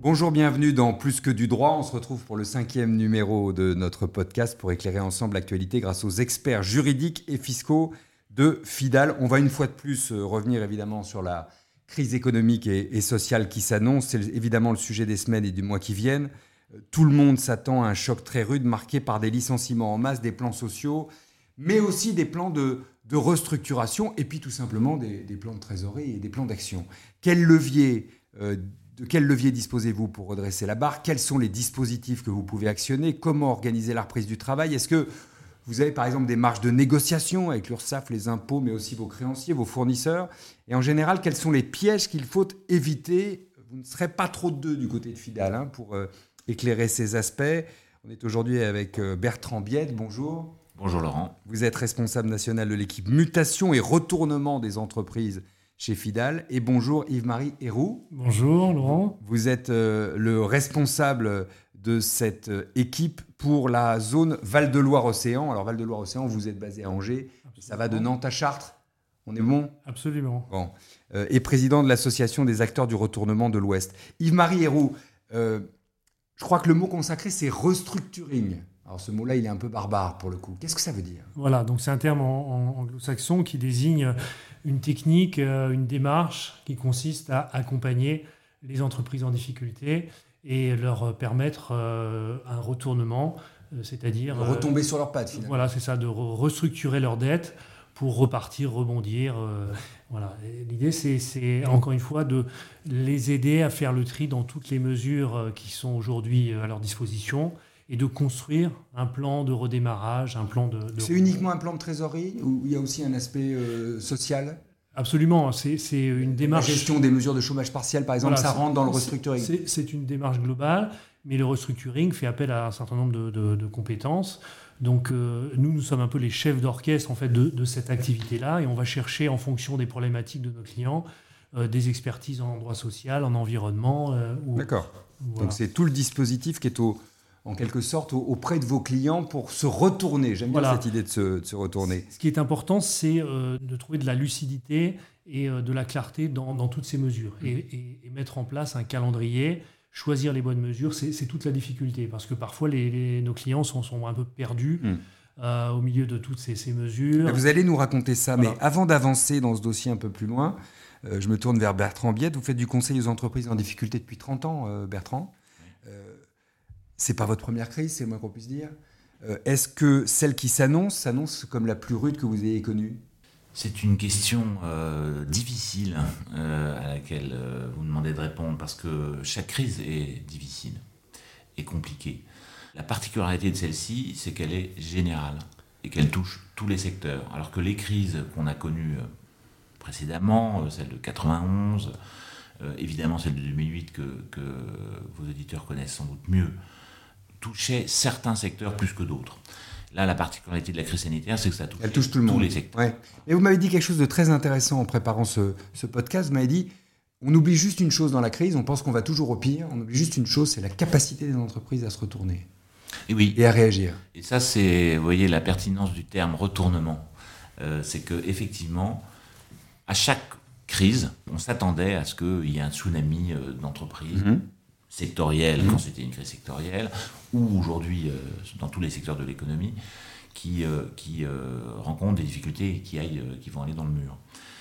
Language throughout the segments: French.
Bonjour, bienvenue dans Plus que du droit. On se retrouve pour le 5e numéro de notre podcast pour éclairer ensemble l'actualité grâce aux experts juridiques et fiscaux de Fidal. On va une fois de plus revenir évidemment sur la crise économique et sociale qui s'annonce. C'est évidemment le sujet des semaines et du mois qui viennent. Tout le monde s'attend à un choc très rude marqué par des licenciements en masse, des plans sociaux, mais aussi des plans de restructuration et puis tout simplement des plans de trésorerie et des plans d'action. De quel levier disposez-vous pour redresser la barre ? Quels sont les dispositifs que vous pouvez actionner ? Comment organiser la reprise du travail ? Est-ce que vous avez par exemple des marges de négociation avec l'URSSAF, les impôts, mais aussi vos créanciers, vos fournisseurs ? Et en général, quels sont les pièges qu'il faut éviter ? Vous ne serez pas trop deux du côté de Fidal pour éclairer ces aspects. On est aujourd'hui avec Bertrand Biette. Bonjour. Bonjour Laurent. Vous êtes responsable national de l'équipe mutation et retournement des entreprises chez Fidal. Et bonjour Yves-Marie Héroux. Bonjour Laurent. Vous êtes le responsable de cette équipe pour la zone Val-de-Loire-Océan. Alors Val-de-Loire-Océan, vous êtes basé à Angers. Absolument. Ça va de Nantes à Chartres. On est bon ? Absolument. Bon. Et président de l'association des acteurs du retournement de l'Ouest. Yves-Marie Héroux, je crois que le mot consacré, c'est restructuring. Alors ce mot-là, il est un peu barbare pour le coup. Qu'est-ce que ça veut dire ? Voilà, donc c'est un terme en anglo-saxon qui désigne une technique, une démarche qui consiste à accompagner les entreprises en difficulté et leur permettre un retournement, c'est-à-dire... retomber sur leurs pattes finalement. Voilà, c'est ça, de restructurer leurs dettes pour repartir, rebondir. Voilà. Et l'idée, c'est encore une fois de les aider à faire le tri dans toutes les mesures qui sont aujourd'hui à leur disposition et de construire un plan de redémarrage, un plan de... C'est uniquement un plan de trésorerie ou il y a aussi un aspect social ? Absolument, c'est une démarche... La gestion des mesures de chômage partiel, par exemple, voilà, ça rentre dans le restructuring. C'est une démarche globale, mais le restructuring fait appel à un certain nombre de compétences. Donc nous sommes un peu les chefs d'orchestre en fait, de cette activité-là et on va chercher en fonction des problématiques de nos clients des expertises en droit social, en environnement. D'accord. Voilà. Donc c'est tout le dispositif qui est en quelque sorte auprès de vos clients pour se retourner. J'aime bien cette idée de se retourner. Ce qui est important, c'est de trouver de la lucidité et de la clarté dans toutes ces mesures et mettre en place un calendrier. Choisir les bonnes mesures, c'est toute la difficulté parce que parfois nos clients sont un peu perdus au milieu de toutes ces mesures. Et vous allez nous raconter ça, voilà. Mais avant d'avancer dans ce dossier un peu plus loin, je me tourne vers Bertrand Biette. Vous faites du conseil aux entreprises en difficulté depuis 30 ans, Bertrand. C'est pas votre première crise, c'est le moins qu'on puisse dire. Est-ce que celle qui s'annonce comme la plus rude que vous ayez connue ? C'est une question difficile à laquelle vous demandez de répondre parce que chaque crise est difficile et compliquée. La particularité de celle-ci, c'est qu'elle est générale et qu'elle touche tous les secteurs. Alors que les crises qu'on a connues précédemment, celle de 91, évidemment celle de 2008 que vos auditeurs connaissent sans doute mieux, touchaient certains secteurs plus que d'autres. Là, la particularité de la crise sanitaire, c'est que ça touche tout le monde. Tous les secteurs. Ouais. Et vous m'avez dit quelque chose de très intéressant en préparant ce podcast. Vous m'avez dit, on oublie juste une chose dans la crise, on pense qu'on va toujours au pire. On oublie juste une chose, c'est la capacité des entreprises à se retourner et à réagir. Et ça, c'est, vous voyez, la pertinence du terme retournement. C'est qu'effectivement, à chaque crise, on s'attendait à ce qu'il y ait un tsunami d'entreprises. Sectorielle, quand c'était une crise sectorielle, ou aujourd'hui dans tous les secteurs de l'économie, qui rencontrent des difficultés et qui vont aller dans le mur.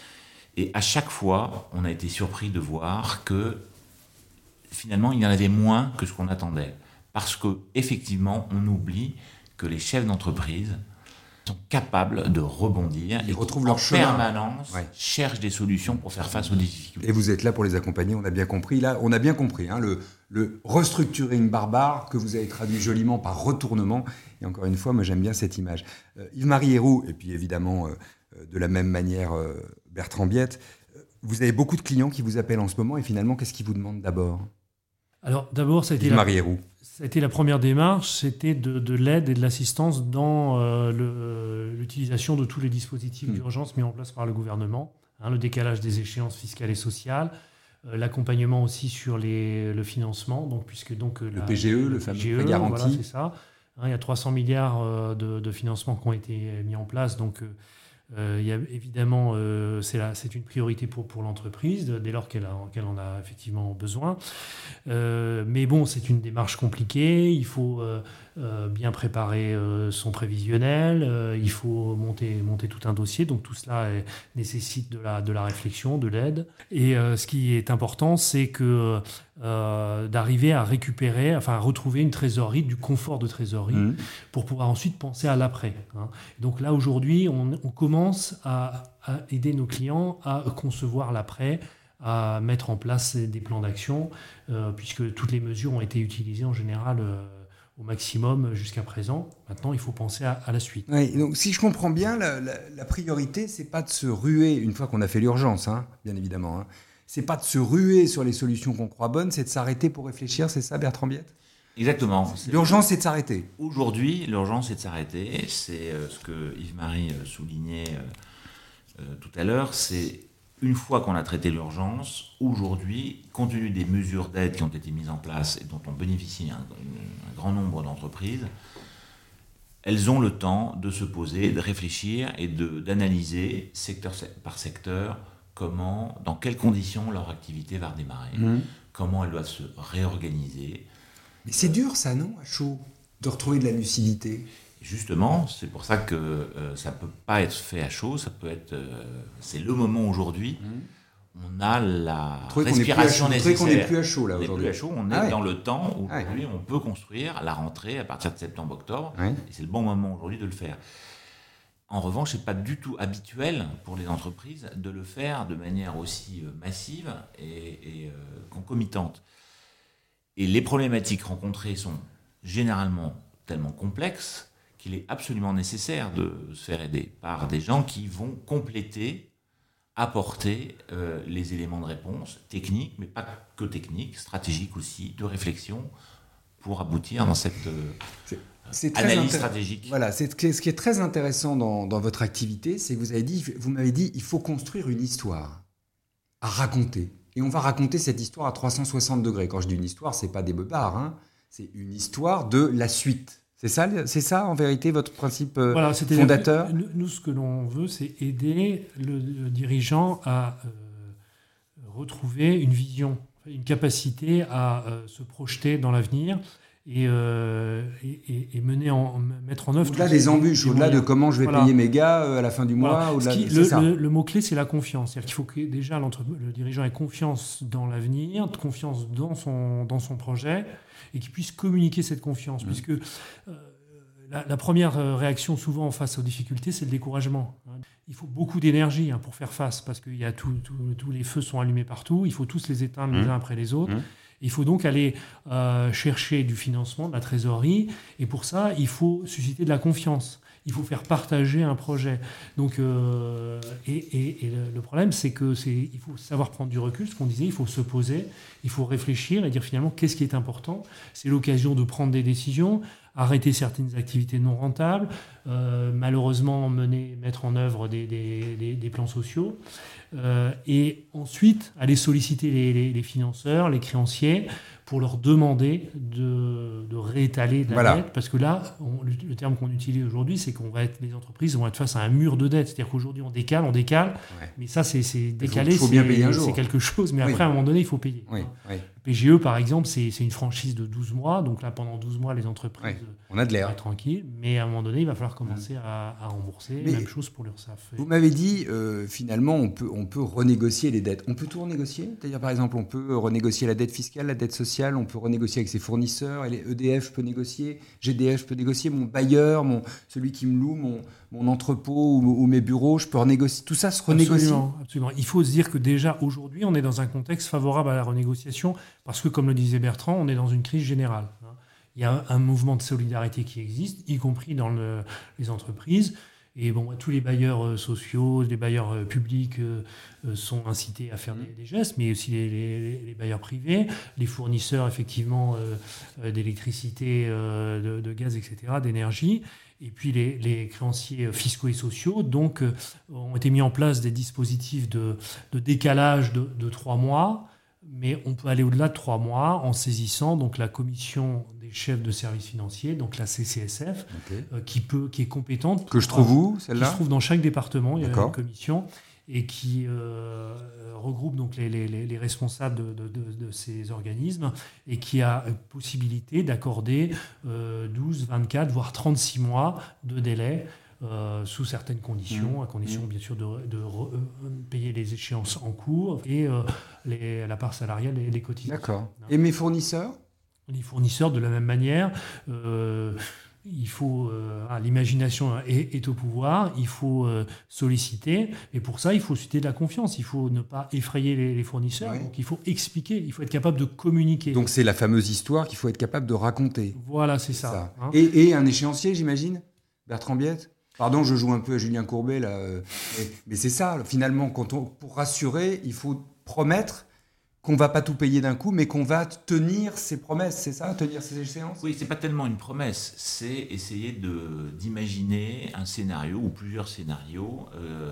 Et à chaque fois, on a été surpris de voir que finalement, il y en avait moins que ce qu'on attendait. Parce qu'effectivement, on oublie que les chefs d'entreprise sont capables de rebondir et retrouvent leur chemin. Permanence cherchent des solutions pour faire face aux difficultés. Et vous êtes là pour les accompagner, on a bien compris. Là, on a bien compris le restructuring barbare que vous avez traduit joliment par retournement. Et encore une fois, moi j'aime bien cette image. Yves-Marie Héroux, et puis évidemment de la même manière Bertrand Biette, vous avez beaucoup de clients qui vous appellent en ce moment et finalement, qu'est-ce qu'ils vous demandent d'abord ? Alors d'abord, ça a été la première démarche, c'était de l'aide et de l'assistance dans l'utilisation de tous les dispositifs d'urgence mis en place par le gouvernement, le décalage des échéances fiscales et sociales, l'accompagnement aussi sur le financement, puisque le PGE, le fameux prêt garanti. Voilà, c'est ça. Il y a 300 milliards de financements qui ont été mis en place, donc Il y a évidemment, c'est une priorité pour l'entreprise dès lors qu'elle en a effectivement besoin. Mais bon, c'est une démarche compliquée. Il faut bien préparer son prévisionnel. Il faut monter tout un dossier. Donc tout cela nécessite de la réflexion, de l'aide. Et ce qui est important, c'est que d'arriver à récupérer, enfin à retrouver une trésorerie, du confort de trésorerie, pour pouvoir ensuite penser à l'après. Donc là, aujourd'hui, on commence à aider nos clients à concevoir l'après, à mettre en place des plans d'action, puisque toutes les mesures ont été utilisées en général au maximum jusqu'à présent. Maintenant, il faut penser à la suite. Oui, donc si je comprends bien, la priorité, c'est pas de se ruer, une fois qu'on a fait l'urgence, bien évidemment, c'est pas de se ruer sur les solutions qu'on croit bonnes, c'est de s'arrêter pour réfléchir, c'est ça, Bertrand Biette ? Exactement. L'urgence, c'est de s'arrêter. Aujourd'hui, l'urgence, c'est de s'arrêter. C'est ce que Yves-Marie soulignait tout à l'heure. C'est une fois qu'on a traité l'urgence, aujourd'hui, compte tenu des mesures d'aide qui ont été mises en place et dont ont bénéficié un grand nombre d'entreprises, elles ont le temps de se poser, de réfléchir et d'analyser secteur par secteur dans quelles conditions leur activité va redémarrer, comment elles doivent se réorganiser. Mais c'est dur, ça, non, à chaud, de retrouver de la lucidité. Justement, c'est pour ça que ça ne peut pas être fait à chaud, c'est le moment aujourd'hui. On a la respiration nécessaire. Qu'on n'est plus à chaud, là, aujourd'hui. On n'est plus à chaud, on est dans le temps où aujourd'hui on peut construire la rentrée à partir de septembre-octobre, et c'est le bon moment aujourd'hui de le faire. En revanche, ce n'est pas du tout habituel pour les entreprises de le faire de manière aussi massive et concomitante. Et les problématiques rencontrées sont généralement tellement complexes qu'il est absolument nécessaire de se faire aider par des gens qui vont compléter, apporter les éléments de réponse techniques, mais pas que techniques, stratégiques aussi, de réflexion, pour aboutir dans cette analyse stratégique. Voilà, ce qui est très intéressant dans votre activité, c'est que vous m'avez dit, il faut construire une histoire à raconter. Et on va raconter cette histoire à 360 degrés. Quand je dis une histoire, ce n'est pas des beubards, c'est une histoire de la suite. C'est ça, en vérité, votre principe fondateur ? Nous, ce que l'on veut, c'est aider le dirigeant à retrouver une vision, une capacité à se projeter dans l'avenir et mettre en œuvre... Au-delà des embûches, au-delà de comment je vais payer mes gars à la fin du mois. Le mot-clé, c'est la confiance. C'est-à-dire qu'il faut que déjà le dirigeant ait confiance dans l'avenir, confiance dans son projet, et qu'il puisse communiquer cette confiance. Puisque la première réaction souvent face aux difficultés, c'est le découragement. Il faut beaucoup d'énergie pour faire face, parce que tous les feux sont allumés partout, il faut tous les éteindre les uns après les autres. Il faut donc aller chercher du financement, de la trésorerie, et pour ça, il faut susciter de la confiance. Il faut faire partager un projet. Donc, le problème, c'est il faut savoir prendre du recul. Ce qu'on disait, il faut se poser, il faut réfléchir et dire finalement qu'est-ce qui est important. C'est l'occasion de prendre des décisions, arrêter certaines activités non rentables, malheureusement mettre en œuvre des plans sociaux, et ensuite aller solliciter les financeurs, les créanciers, pour leur demander de réétaler de la dette, parce que là, le terme qu'on utilise aujourd'hui, c'est les entreprises vont être face à un mur de dette. C'est-à-dire qu'aujourd'hui, on décale, mais ça, c'est décalé, c'est quelque chose, mais après, à un moment donné, il faut payer. Le PGE, par exemple, c'est une franchise de 12 mois, donc là, pendant 12 mois, les entreprises on a de l'air. vont être tranquilles, mais à un moment donné, il va falloir commencer à rembourser. Même chose pour l'URSSAF. Vous m'avez dit, finalement, on peut renégocier les dettes. On peut tout renégocier ? C'est-à-dire, par exemple, on peut renégocier la dette fiscale, la dette sociale, on peut renégocier avec ses fournisseurs, et EDF peut négocier, GDF peut négocier, mon bailleur, celui qui me loue mon entrepôt ou mes bureaux, je peux renégocier. Tout ça se renégocie. Absolument. Il faut se dire que déjà aujourd'hui, on est dans un contexte favorable à la renégociation parce que, comme le disait Bertrand, on est dans une crise générale. Il y a un mouvement de solidarité qui existe, y compris dans les entreprises. Et tous les bailleurs sociaux, les bailleurs publics sont incités à faire des gestes, mais aussi les bailleurs privés, les fournisseurs effectivement d'électricité, de gaz, etc., d'énergie, et puis les créanciers fiscaux et sociaux. Donc, ont été mis en place des dispositifs de décalage de 3 mois, Mais on peut aller au-delà de 3 mois en saisissant donc la commission des chefs de services financiers, donc la CCSF, qui est compétente. Que je trouve où, celle-là ? Qui se trouve dans chaque département, il y a une commission, et qui regroupe donc les responsables de ces organismes, et qui a possibilité d'accorder 12, 24, voire 36 mois de délai, sous certaines conditions, à condition bien sûr de payer les échéances en cours et la part salariale et les cotisations. D'accord. Et mes fournisseurs ? Les fournisseurs, de la même manière, il faut l'imagination est au pouvoir, il faut solliciter, et pour ça il faut susciter de la confiance, il faut ne pas effrayer les fournisseurs, donc il faut expliquer, il faut être capable de communiquer. Donc c'est la fameuse histoire qu'il faut être capable de raconter. Voilà, c'est ça. Hein. Et un échéancier, j'imagine, Bertrand Biette ? Pardon, je joue un peu à Julien Courbet là, mais c'est ça. Finalement, pour rassurer, il faut promettre qu'on va pas tout payer d'un coup, mais qu'on va tenir ses promesses, c'est ça, tenir ses échéances ? Oui, c'est pas tellement une promesse, c'est essayer d'imaginer un scénario ou plusieurs scénarios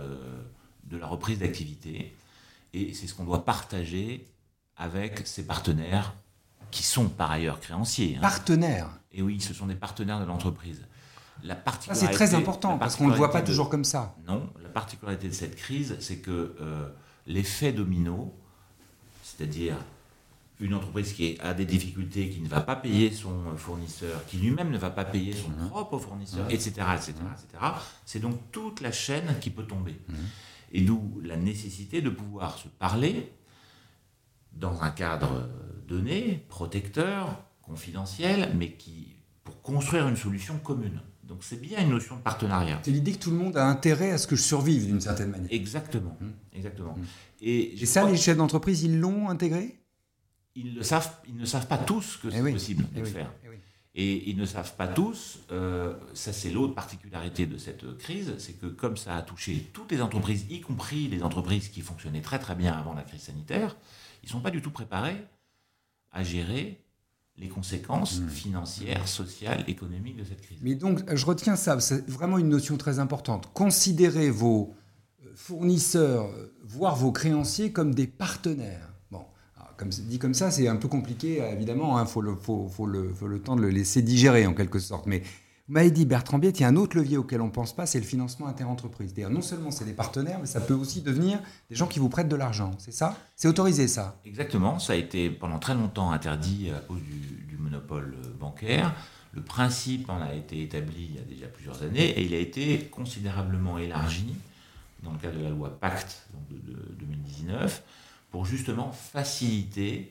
de la reprise d'activité, et c'est ce qu'on doit partager avec ses partenaires, qui sont par ailleurs créanciers. Hein. Partenaires ? Et oui, ce sont des partenaires de l'entreprise. C'est très important, parce qu'on ne le voit pas toujours comme ça. Non, la particularité de cette crise, c'est que l'effet domino, c'est-à-dire une entreprise qui a des difficultés, qui ne va pas payer son fournisseur, qui lui-même ne va pas payer son propre fournisseur, etc., c'est donc toute la chaîne qui peut tomber. Et d'où la nécessité de pouvoir se parler dans un cadre donné, protecteur, confidentiel, mais pour construire une solution commune. Donc c'est bien une notion de partenariat. C'est l'idée que tout le monde a intérêt à ce que je survive d'une certaine manière. Exactement. Exactement. Et ça, les chefs d'entreprise, ils l'ont intégré ? Ils ne savent pas tous que c'est possible de le faire. Et ils ne savent pas tous, ça c'est l'autre particularité de cette crise, c'est que comme ça a touché toutes les entreprises, y compris les entreprises qui fonctionnaient très très bien avant la crise sanitaire, ils ne sont pas du tout préparés à gérer les conséquences financières, sociales, économiques de cette crise. Mais donc, je retiens ça, c'est vraiment une notion très importante. Considérez vos fournisseurs, voire vos créanciers, comme des partenaires. Bon, alors, dit comme ça, c'est un peu compliqué, évidemment, il faut le temps de le laisser digérer, en quelque sorte. Mais vous m'avez dit, Bertrand Biette, il y a un autre levier auquel on ne pense pas, c'est le financement interentreprise. C'est-à-dire, non seulement c'est des partenaires, mais ça peut aussi devenir des gens qui vous prêtent de l'argent, c'est ça ? C'est autorisé, ça ? Exactement, ça a été pendant très longtemps interdit à cause du monopole bancaire. Le principe en a été établi il y a déjà plusieurs années et il a été considérablement élargi dans le cadre de la loi Pacte de 2019 pour justement faciliter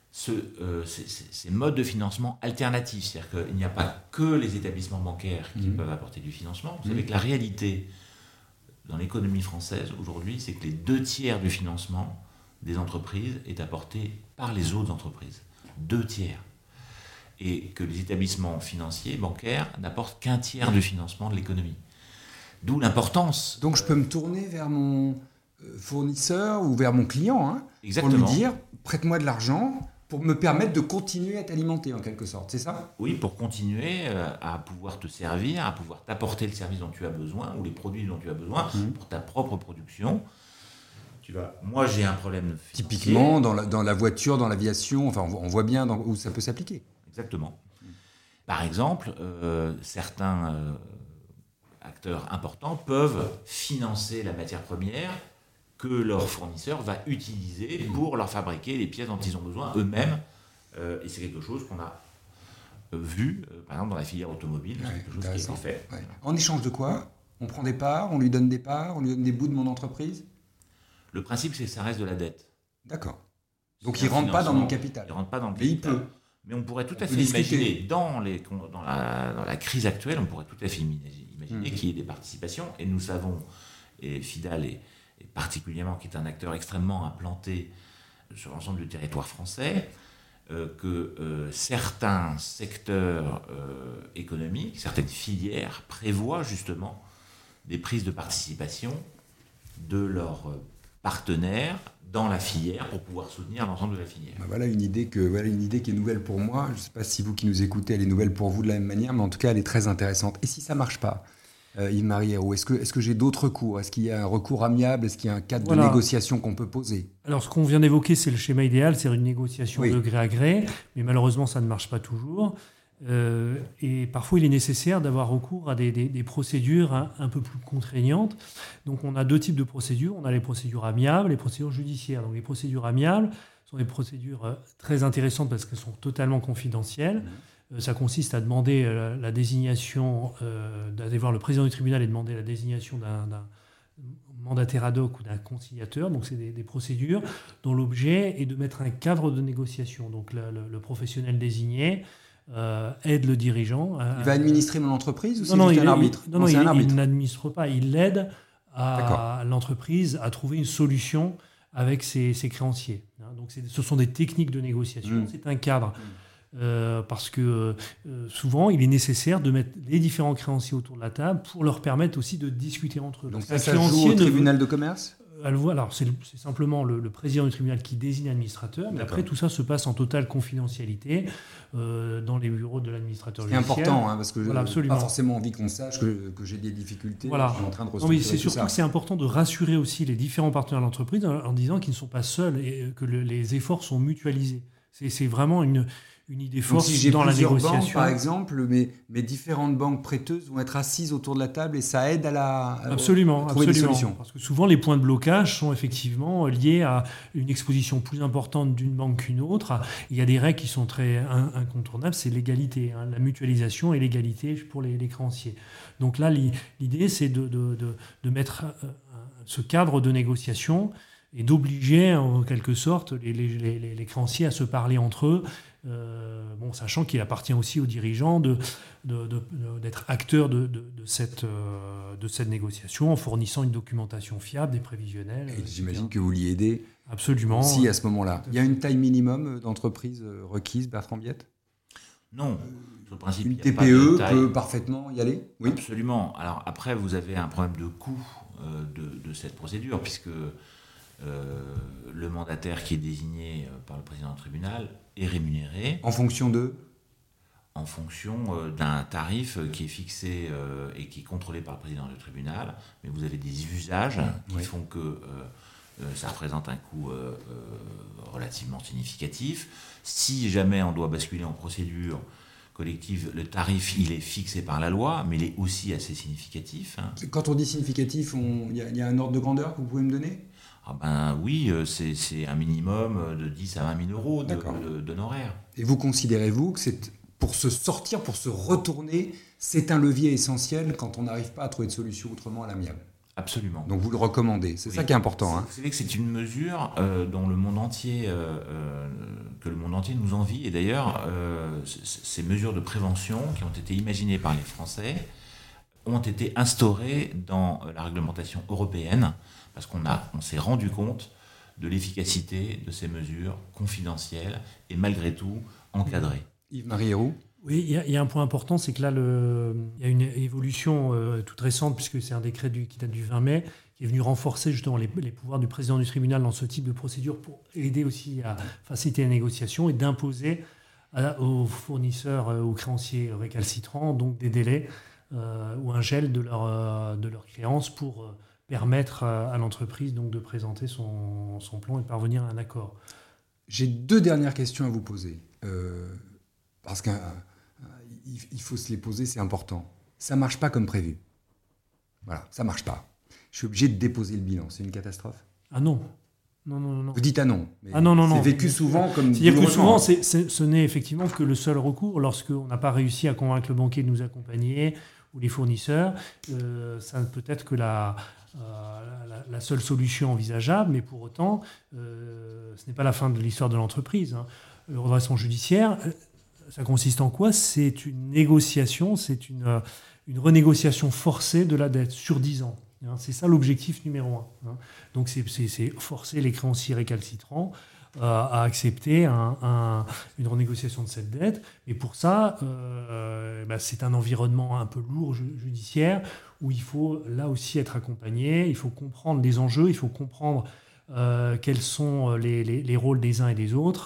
ces modes de financement alternatifs. C'est-à-dire qu'il n'y a pas que les établissements bancaires qui peuvent apporter du financement. Vous savez que la réalité dans l'économie française aujourd'hui, c'est que les 2/3 du financement des entreprises est apporté par les autres entreprises. 2/3. Et que les établissements financiers, bancaires, n'apportent qu'1 tiers du financement de l'économie. D'où l'importance. Donc je peux me tourner vers mon fournisseur ou vers mon client pour lui dire « prête-moi de l'argent » pour me permettre de continuer à t'alimenter en quelque sorte, c'est ça ? Oui, pour continuer à pouvoir te servir, à pouvoir t'apporter le service dont tu as besoin ou les produits dont tu as besoin pour ta propre production. Moi, j'ai un problème financier. Typiquement, dans la voiture, dans l'aviation, enfin, on voit bien où ça peut s'appliquer. Exactement. Par exemple, certains acteurs importants peuvent financer la matière première que leur fournisseur va utiliser pour leur fabriquer les pièces dont ils ont besoin eux-mêmes. Et c'est quelque chose qu'on a vu, par exemple, dans la filière automobile. C'est quelque chose qui a été fait. Ouais. En échange de quoi ? On prend des parts, on lui donne des parts, on lui donne des bouts de mon entreprise ? Le principe, c'est que ça reste de la dette. D'accord. Donc il ne rentre pas dans mon capital. Il ne rentre pas dans le capital. Mais il peut. Mais on pourrait tout à fait imaginer, dans la crise actuelle, on pourrait tout à fait imaginer qu'il y ait des participations. Et nous savons, et Fidal est particulièrement, qui est un acteur extrêmement implanté sur l'ensemble du territoire français, que certains secteurs économiques, certaines filières prévoient justement des prises de participation de leurs partenaires dans la filière pour pouvoir soutenir l'ensemble de la filière. Voilà une idée qui est nouvelle pour moi. Je ne sais pas si vous qui nous écoutez, elle est nouvelle pour vous de la même manière, mais en tout cas, elle est très intéressante. Et si ça ne marche pas ? Yves-Marie Héroux. Est-ce que j'ai d'autres recours? Est-ce qu'il y a un recours amiable? Est-ce qu'il y a un cadre de négociation qu'on peut poser? Alors, ce qu'on vient d'évoquer, c'est le schéma idéal, c'est une négociation de gré à gré, mais malheureusement, ça ne marche pas toujours. Et parfois, il est nécessaire d'avoir recours à des procédures un peu plus contraignantes. Donc, on a deux types de procédures. On a les procédures amiables et les procédures judiciaires. Donc, les procédures amiables sont des procédures très intéressantes parce qu'elles sont totalement confidentielles. Ça consiste à demander la désignation, d'aller voir le président du tribunal et demander la désignation d'un mandataire ad hoc ou d'un conciliateur. Donc, c'est des procédures dont l'objet est de mettre un cadre de négociation. Donc, le professionnel désigné aide le dirigeant. Il va administrer mon entreprise ou c'est un arbitre? Non, il n'administre pas. Il aide l'entreprise à trouver une solution avec ses créanciers. Donc, ce sont des techniques de négociation. C'est un cadre. Parce que souvent, il est nécessaire de mettre les différents créanciers autour de la table pour leur permettre aussi de discuter entre eux. Donc ça joue au tribunal de commerce? Alors, c'est simplement le président du tribunal qui désigne l'administrateur, mais après, tout ça se passe en totale confidentialité dans les bureaux de l'administrateur judiciaire. C'est important, parce que je n'ai pas forcément envie qu'on sache que j'ai des difficultés. Voilà. Je suis en train de restructurer c'est surtout que c'est important de rassurer aussi les différents partenaires de l'entreprise en disant qu'ils ne sont pas seuls et que les efforts sont mutualisés. C'est vraiment une idée forte dans la négociation. Banques, par exemple, mes différentes banques prêteuses vont être assises autour de la table et ça aide à trouver des solutions. Parce que souvent, les points de blocage sont effectivement liés à une exposition plus importante d'une banque qu'une autre. Il y a des règles qui sont très incontournables, c'est l'égalité, la mutualisation et l'égalité pour les créanciers. Donc là, l'idée, c'est de mettre ce cadre de négociation et d'obliger en quelque sorte les créanciers à se parler entre eux, sachant qu'il appartient aussi aux dirigeants d'être acteurs de cette négociation en fournissant une documentation fiable, des prévisionnels. Et j'imagine que vous l'y aidez. Absolument. Aussi à ce moment-là. Il y a une taille minimum d'entreprise requise, Bertrand Biette? Non. Sur le principe, une TPE peut parfaitement y aller? Oui. Absolument. Alors après, vous avez un problème de coût de cette procédure, puisque le mandataire qui est désigné par le président du tribunal est rémunéré. En fonction de ? En fonction d'un tarif qui est fixé et qui est contrôlé par le président du tribunal. Mais vous avez des usages qui font que ça représente un coût relativement significatif. Si jamais on doit basculer en procédure collective, le tarif, il est fixé par la loi, mais il est aussi assez significatif. Quand on dit significatif, il y a un ordre de grandeur que vous pouvez me donner ? Oui, c'est un minimum de 10 à 20 000 euros d'honoraires. Et vous considérez-vous que pour se sortir, pour se retourner, c'est un levier essentiel quand on n'arrive pas à trouver de solution autrement à l'amiable ? Absolument. Donc vous le recommandez, c'est ça qui est important. Vous savez que c'est une mesure dont le monde entier, que le monde entier nous envie. Et d'ailleurs, ces mesures de prévention qui ont été imaginées par les Français ont été instaurées dans la réglementation européenne, parce qu'on s'est rendu compte de l'efficacité de ces mesures confidentielles et malgré tout encadrées. Yves-Marie Héroux ? Oui, il y a un point important, c'est que là, il y a une évolution toute récente, puisque c'est un décret qui date du 20 mai, qui est venu renforcer justement les pouvoirs du président du tribunal dans ce type de procédure pour aider aussi à faciliter la négociation et d'imposer aux fournisseurs, aux créanciers récalcitrants, donc des délais ou un gel de leur créance pour permettre à l'entreprise donc, de présenter son plan et de parvenir à un accord. J'ai 2 dernières questions à vous poser, parce qu'il faut se les poser, c'est important. Ça ne marche pas comme prévu. Voilà, ça ne marche pas. Je suis obligé de déposer le bilan. C'est une catastrophe ? Ah non. Non. Vous dites ah non. Mais non. C'est vécu souvent comme... C'est-à-dire que souvent, ce n'est effectivement que le seul recours lorsqu'on n'a pas réussi à convaincre le banquier de nous accompagner ou les fournisseurs. Ça peut être que la seule solution envisageable, mais pour autant, ce n'est pas la fin de l'histoire de l'entreprise. Le redressement judiciaire, ça consiste en quoi ? C'est une négociation, c'est une renégociation forcée de la dette sur 10 ans. C'est ça l'objectif numéro 1. Donc c'est forcer les créanciers récalcitrants à accepter une renégociation de cette dette. Et pour ça, c'est un environnement un peu lourd judiciaire où il faut là aussi être accompagné, il faut comprendre les enjeux, il faut comprendre quels sont les rôles des uns et des autres.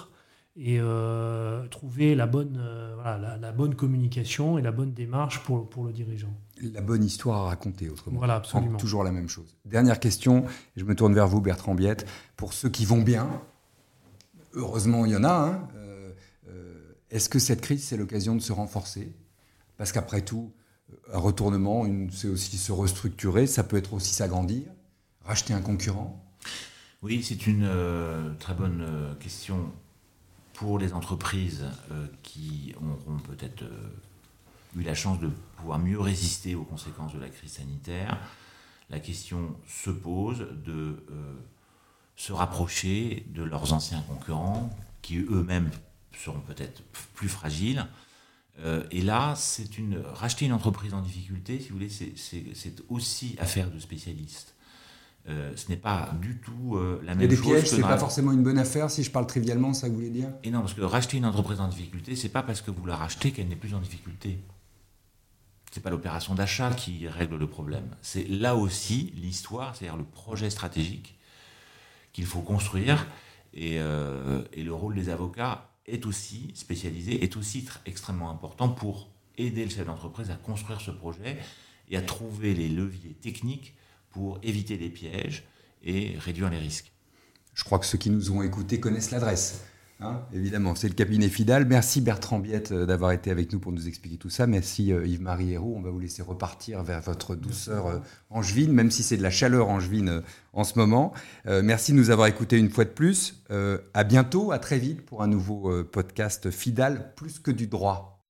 et trouver la bonne communication et la bonne démarche pour le dirigeant. La bonne histoire à raconter, autrement. Voilà, absolument. Toujours la même chose. Dernière question, je me tourne vers vous, Bertrand Biette. Pour ceux qui vont bien, heureusement il y en a, hein, est-ce que cette crise, c'est l'occasion de se renforcer ? Parce qu'après tout, un retournement, c'est aussi se restructurer, ça peut être aussi s'agrandir, racheter un concurrent. Oui, c'est une très bonne question pour les entreprises qui auront peut-être eu la chance de pouvoir mieux résister aux conséquences de la crise sanitaire. La question se pose de se rapprocher de leurs anciens concurrents qui eux-mêmes seront peut-être plus fragiles. Et là, racheter une entreprise en difficulté, si vous voulez, c'est aussi affaire de spécialistes. Ce n'est pas du tout la même chose. Il y a des pièges, c'est pas forcément une bonne affaire, si je parle trivialement, ça que vous voulez dire ? Et non, parce que racheter une entreprise en difficulté, c'est pas parce que vous la rachetez qu'elle n'est plus en difficulté. C'est pas l'opération d'achat qui règle le problème. C'est là aussi l'histoire, c'est-à-dire le projet stratégique qu'il faut construire. Et le rôle des avocats est aussi spécialisé, est aussi extrêmement important pour aider le chef d'entreprise à construire ce projet et à trouver les leviers techniques pour éviter les pièges et réduire les risques. Je crois que ceux qui nous ont écoutés connaissent l'adresse. Hein, évidemment, c'est le cabinet Fidal. Merci Bertrand Biette d'avoir été avec nous pour nous expliquer tout ça. Merci Yves-Marie Héroux. On va vous laisser repartir vers votre douceur angevine, même si c'est de la chaleur angevine en ce moment. Merci de nous avoir écoutés une fois de plus. À bientôt, à très vite pour un nouveau podcast Fidal, plus que du droit.